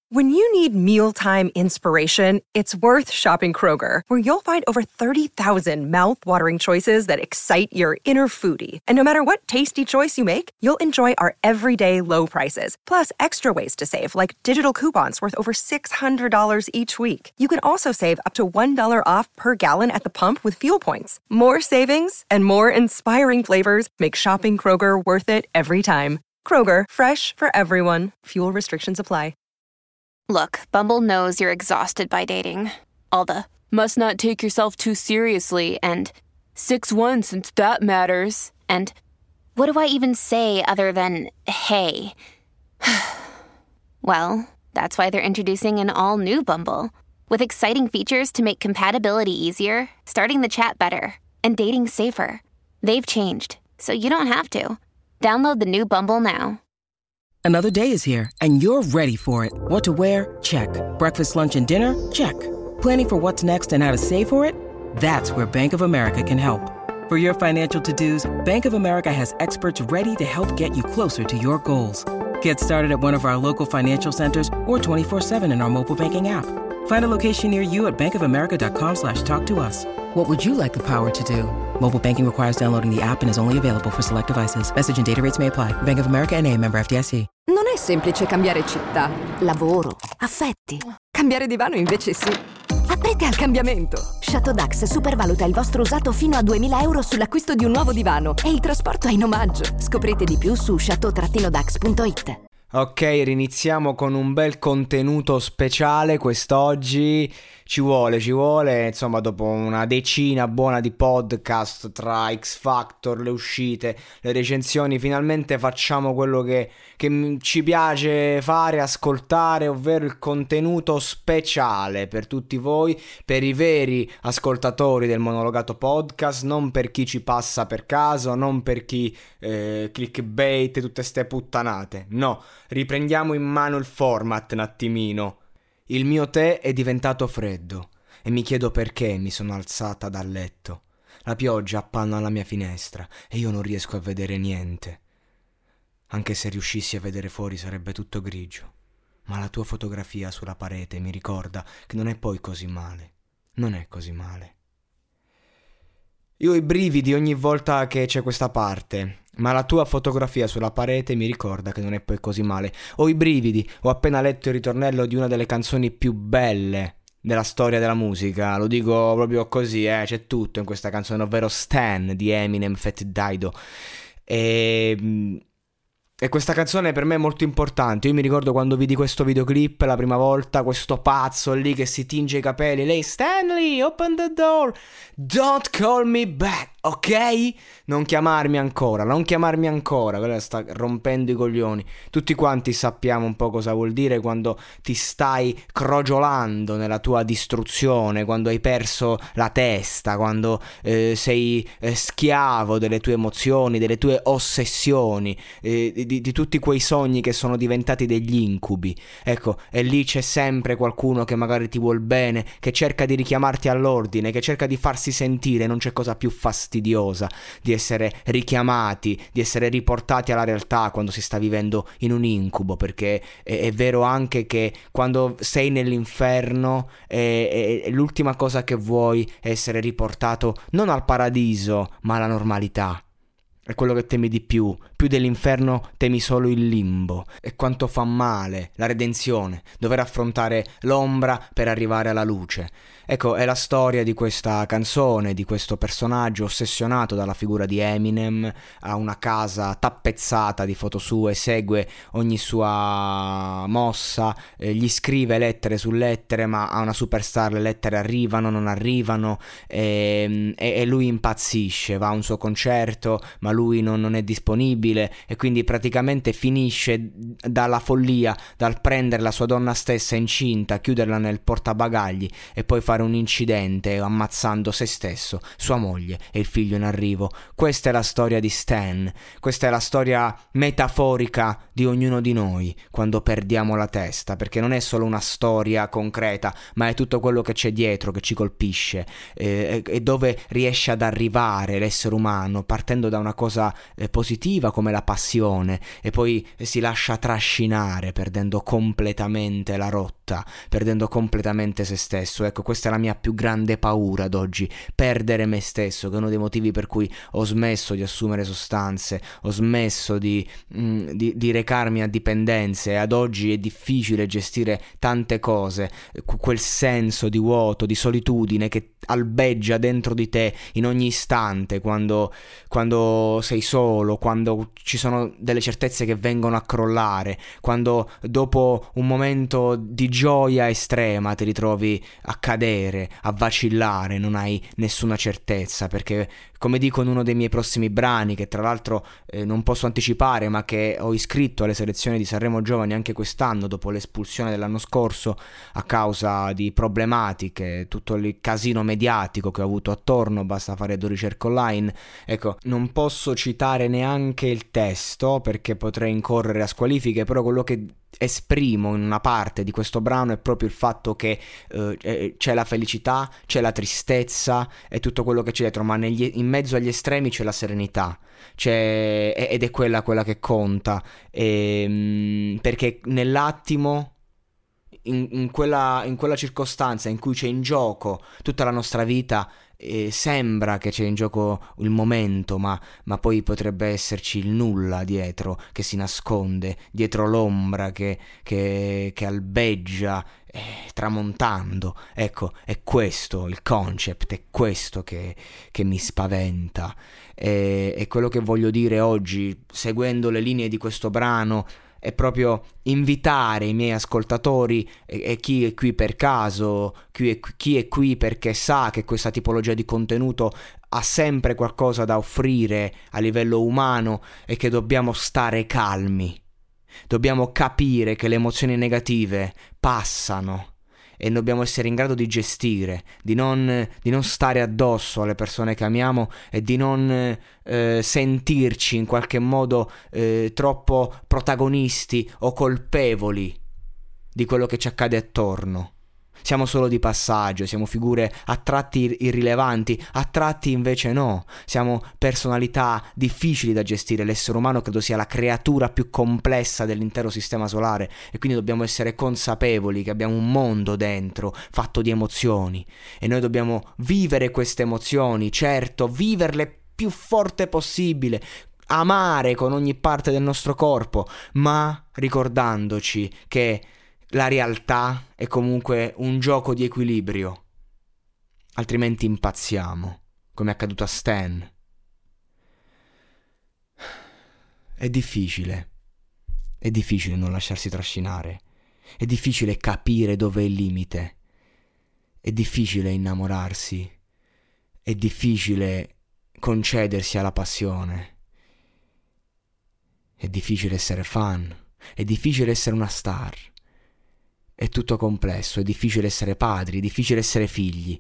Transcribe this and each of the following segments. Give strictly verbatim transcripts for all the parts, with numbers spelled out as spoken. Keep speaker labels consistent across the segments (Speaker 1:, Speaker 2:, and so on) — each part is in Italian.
Speaker 1: When you need mealtime inspiration, it's worth shopping Kroger, where you'll find over thirty thousand mouth-watering choices that excite your inner foodie. And no matter what tasty choice you make, you'll enjoy our everyday low prices, plus extra ways to save, like digital coupons worth over six hundred dollars each week. You can also save up to one dollar off per gallon at the pump with fuel points. More savings and more inspiring flavors make shopping Kroger worth it every time. Kroger, fresh for everyone. Fuel restrictions apply.
Speaker 2: Look, Bumble knows you're exhausted by dating. All the, must not take yourself too seriously, and six one since that matters, and what do I even say other than, hey? Well, that's why they're introducing an all-new Bumble, with exciting features to make compatibility easier, starting the chat better, and dating safer. They've changed, so you don't have to. Download the new Bumble now.
Speaker 3: Another day is here, and you're ready for it. What to wear? Check. Breakfast, lunch, and dinner? Check. Planning for what's next and how to save for it? That's where Bank of America can help. For your financial to-dos, Bank of America has experts ready to help get you closer to your goals. Get started at one of our local financial centers or twenty-four seven in our mobile banking app. Find a location near you at bankofamerica.com slash talk to us. What would you like the power to do? Mobile banking requires downloading the app and is only available for select devices. Message and data rates may apply. Bank of America N A, member F D I C.
Speaker 4: Non è semplice cambiare città, lavoro, affetti. Cambiare divano invece sì. Aprite al cambiamento. Chateau Dax supervaluta il vostro usato fino a duemila euro sull'acquisto di un nuovo divano e il trasporto è in omaggio. Scoprite di più su chateau dax punto it.
Speaker 5: Ok, riniziamo con un bel contenuto speciale quest'oggi. Ci vuole, ci vuole, insomma, dopo una decina buona di podcast tra X Factor, le uscite, le recensioni, finalmente facciamo quello che, che ci piace fare, ascoltare, ovvero il contenuto speciale per tutti voi, per i veri ascoltatori del Monologato Podcast, non per chi ci passa per caso, non per chi eh, clickbait, tutte ste puttanate, no. Riprendiamo in mano il format un attimino. Il mio tè è diventato freddo e mi chiedo perché mi sono alzata dal letto. La pioggia appanna alla mia finestra e io non riesco a vedere niente. Anche se riuscissi a vedere fuori sarebbe tutto grigio. Ma la tua fotografia sulla parete mi ricorda che non è poi così male. Non è così male. Io ho i brividi ogni volta che c'è questa parte, ma la tua fotografia sulla parete mi ricorda che non è poi così male. Ho i brividi, ho appena letto il ritornello di una delle canzoni più belle della storia della musica, lo dico proprio così, eh, c'è tutto in questa canzone, ovvero Stan di Eminem, Fat Dido. E... E questa canzone per me è molto importante. Io mi ricordo quando vidi questo videoclip la prima volta, questo pazzo lì che si tinge i capelli. Lei, Stanley, open the door, don't call me back, ok? Non chiamarmi ancora, non chiamarmi ancora. Quella sta rompendo i coglioni. Tutti quanti sappiamo un po' cosa vuol dire quando ti stai crogiolando nella tua distruzione, quando hai perso la testa, quando eh, sei eh, schiavo delle tue emozioni, delle tue ossessioni, eh, Di, di tutti quei sogni che sono diventati degli incubi. Ecco, e lì c'è sempre qualcuno che magari ti vuol bene, che cerca di richiamarti all'ordine, che cerca di farsi sentire. Non c'è cosa più fastidiosa di essere richiamati, di essere riportati alla realtà quando si sta vivendo in un incubo, perché è, è vero anche che quando sei nell'inferno è, è, l'ultima cosa che vuoi è essere riportato non al paradiso ma alla normalità. È quello che temi di più. Più dell'inferno temi solo il limbo. E quanto fa male la redenzione, dover affrontare l'ombra per arrivare alla luce. Ecco, è la storia di questa canzone, di questo personaggio ossessionato dalla figura di Eminem. Ha una casa tappezzata di foto sue, segue ogni sua mossa, eh, gli scrive lettere su lettere, ma a una superstar le lettere arrivano, non arrivano, e, e, e lui impazzisce, va a un suo concerto, ma lui non, non è disponibile, e quindi praticamente finisce dalla follia, dal prendere la sua donna stessa incinta, chiuderla nel portabagagli e poi fare un incidente ammazzando se stesso, sua moglie e il figlio in arrivo. Questa è la storia di Stan, questa è la storia metaforica di ognuno di noi quando perdiamo la testa, perché non è solo una storia concreta, ma è tutto quello che c'è dietro che ci colpisce, eh, e dove riesce ad arrivare l'essere umano partendo da una cosa cosa eh, positiva come la passione, e poi si lascia trascinare perdendo completamente la rotta, perdendo completamente se stesso. Ecco, questa è la mia più grande paura ad oggi, perdere me stesso, che è uno dei motivi per cui ho smesso di assumere sostanze, ho smesso di, mh, di, di recarmi a dipendenze, e ad oggi è difficile gestire tante cose, quel senso di vuoto, di solitudine che albeggia dentro di te in ogni istante, quando, quando sei solo, quando ci sono delle certezze che vengono a crollare, quando dopo un momento di gioia estrema ti ritrovi a cadere, a vacillare, non hai nessuna certezza, perché come dico in uno dei miei prossimi brani, che tra l'altro eh, non posso anticipare, ma che ho iscritto alle selezioni di Sanremo Giovani anche quest'anno dopo l'espulsione dell'anno scorso a causa di problematiche, tutto il casino mediatico che ho avuto attorno, basta fare due ricerche online. Ecco, non posso citare neanche il testo perché potrei incorrere a squalifiche, però quello che esprimo in una parte di questo brano è proprio il fatto che eh, c'è la felicità, c'è la tristezza e tutto quello che c'è dietro, ma negli, in mezzo agli estremi c'è la serenità, c'è, ed è quella quella che conta, e, perché nell'attimo, in, in, quella, in quella circostanza in cui c'è in gioco tutta la nostra vita, eh, sembra che c'è in gioco il momento, ma, ma poi potrebbe esserci il nulla dietro, che si nasconde dietro l'ombra che, che, che albeggia eh, tramontando. Ecco, è questo il concept, è questo che, che mi spaventa, e, e quello che voglio dire oggi, seguendo le linee di questo brano, è proprio invitare i miei ascoltatori e, e chi è qui per caso, chi è, chi è qui perché sa che questa tipologia di contenuto ha sempre qualcosa da offrire a livello umano, e che dobbiamo stare calmi, dobbiamo capire che le emozioni negative passano e dobbiamo essere in grado di gestire, di non, di non stare addosso alle persone che amiamo, e di non eh, sentirci in qualche modo eh, troppo protagonisti o colpevoli di quello che ci accade attorno. Siamo solo di passaggio, siamo figure a tratti irrilevanti, a tratti invece no. Siamo personalità difficili da gestire. L'essere umano credo sia la creatura più complessa dell'intero sistema solare, e quindi dobbiamo essere consapevoli che abbiamo un mondo dentro fatto di emozioni, e noi dobbiamo vivere queste emozioni, certo, viverle più forte possibile, amare con ogni parte del nostro corpo, ma ricordandoci che la realtà è comunque un gioco di equilibrio, altrimenti impazziamo, come è accaduto a Stan. È difficile, è difficile non lasciarsi trascinare, è difficile capire dove è il limite, è difficile innamorarsi, è difficile concedersi alla passione, è difficile essere fan, è difficile essere una star. È tutto complesso, è difficile essere padri, è difficile essere figli.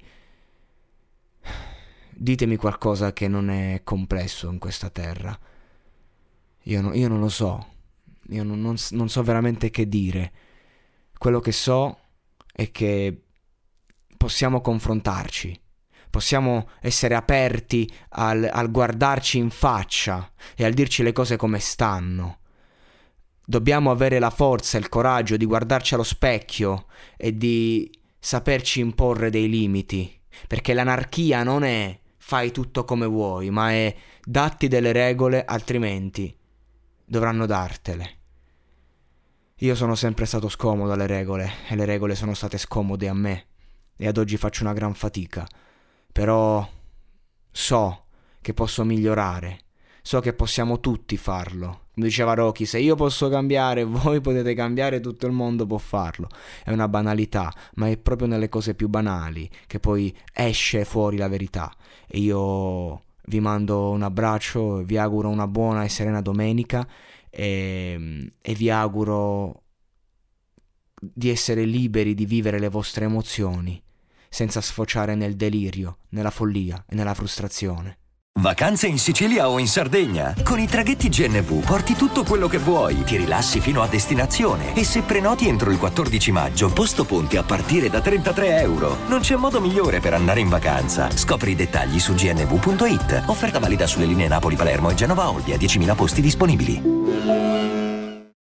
Speaker 5: Ditemi qualcosa che non è complesso in questa terra. Io, no, io non lo so, io non, non, non so veramente che dire. Quello che so è che possiamo confrontarci, possiamo essere aperti al, al guardarci in faccia e al dirci le cose come stanno. Dobbiamo avere la forza e il coraggio di guardarci allo specchio e di saperci imporre dei limiti, perché l'anarchia non è fai tutto come vuoi, ma è datti delle regole, altrimenti dovranno dartele. Io sono sempre stato scomodo alle regole, e le regole sono state scomode a me, e ad oggi faccio una gran fatica, però so che posso migliorare, so che possiamo tutti farlo. Come diceva Rocky, se io posso cambiare, voi potete cambiare, tutto il mondo può farlo. È una banalità, ma è proprio nelle cose più banali che poi esce fuori la verità. E io vi mando un abbraccio, vi auguro una buona e serena domenica, e, e vi auguro di essere liberi di vivere le vostre emozioni senza sfociare nel delirio, nella follia e nella frustrazione.
Speaker 6: Vacanze in Sicilia o in Sardegna? Con i traghetti G N V porti tutto quello che vuoi, ti rilassi fino a destinazione e se prenoti entro il quattordici maggio, posto ponti a partire da trentatré euro. Non c'è modo migliore per andare in vacanza. Scopri i dettagli su g n v punto i t. Offerta valida sulle linee Napoli-Palermo e Genova-Olbia, diecimila posti disponibili.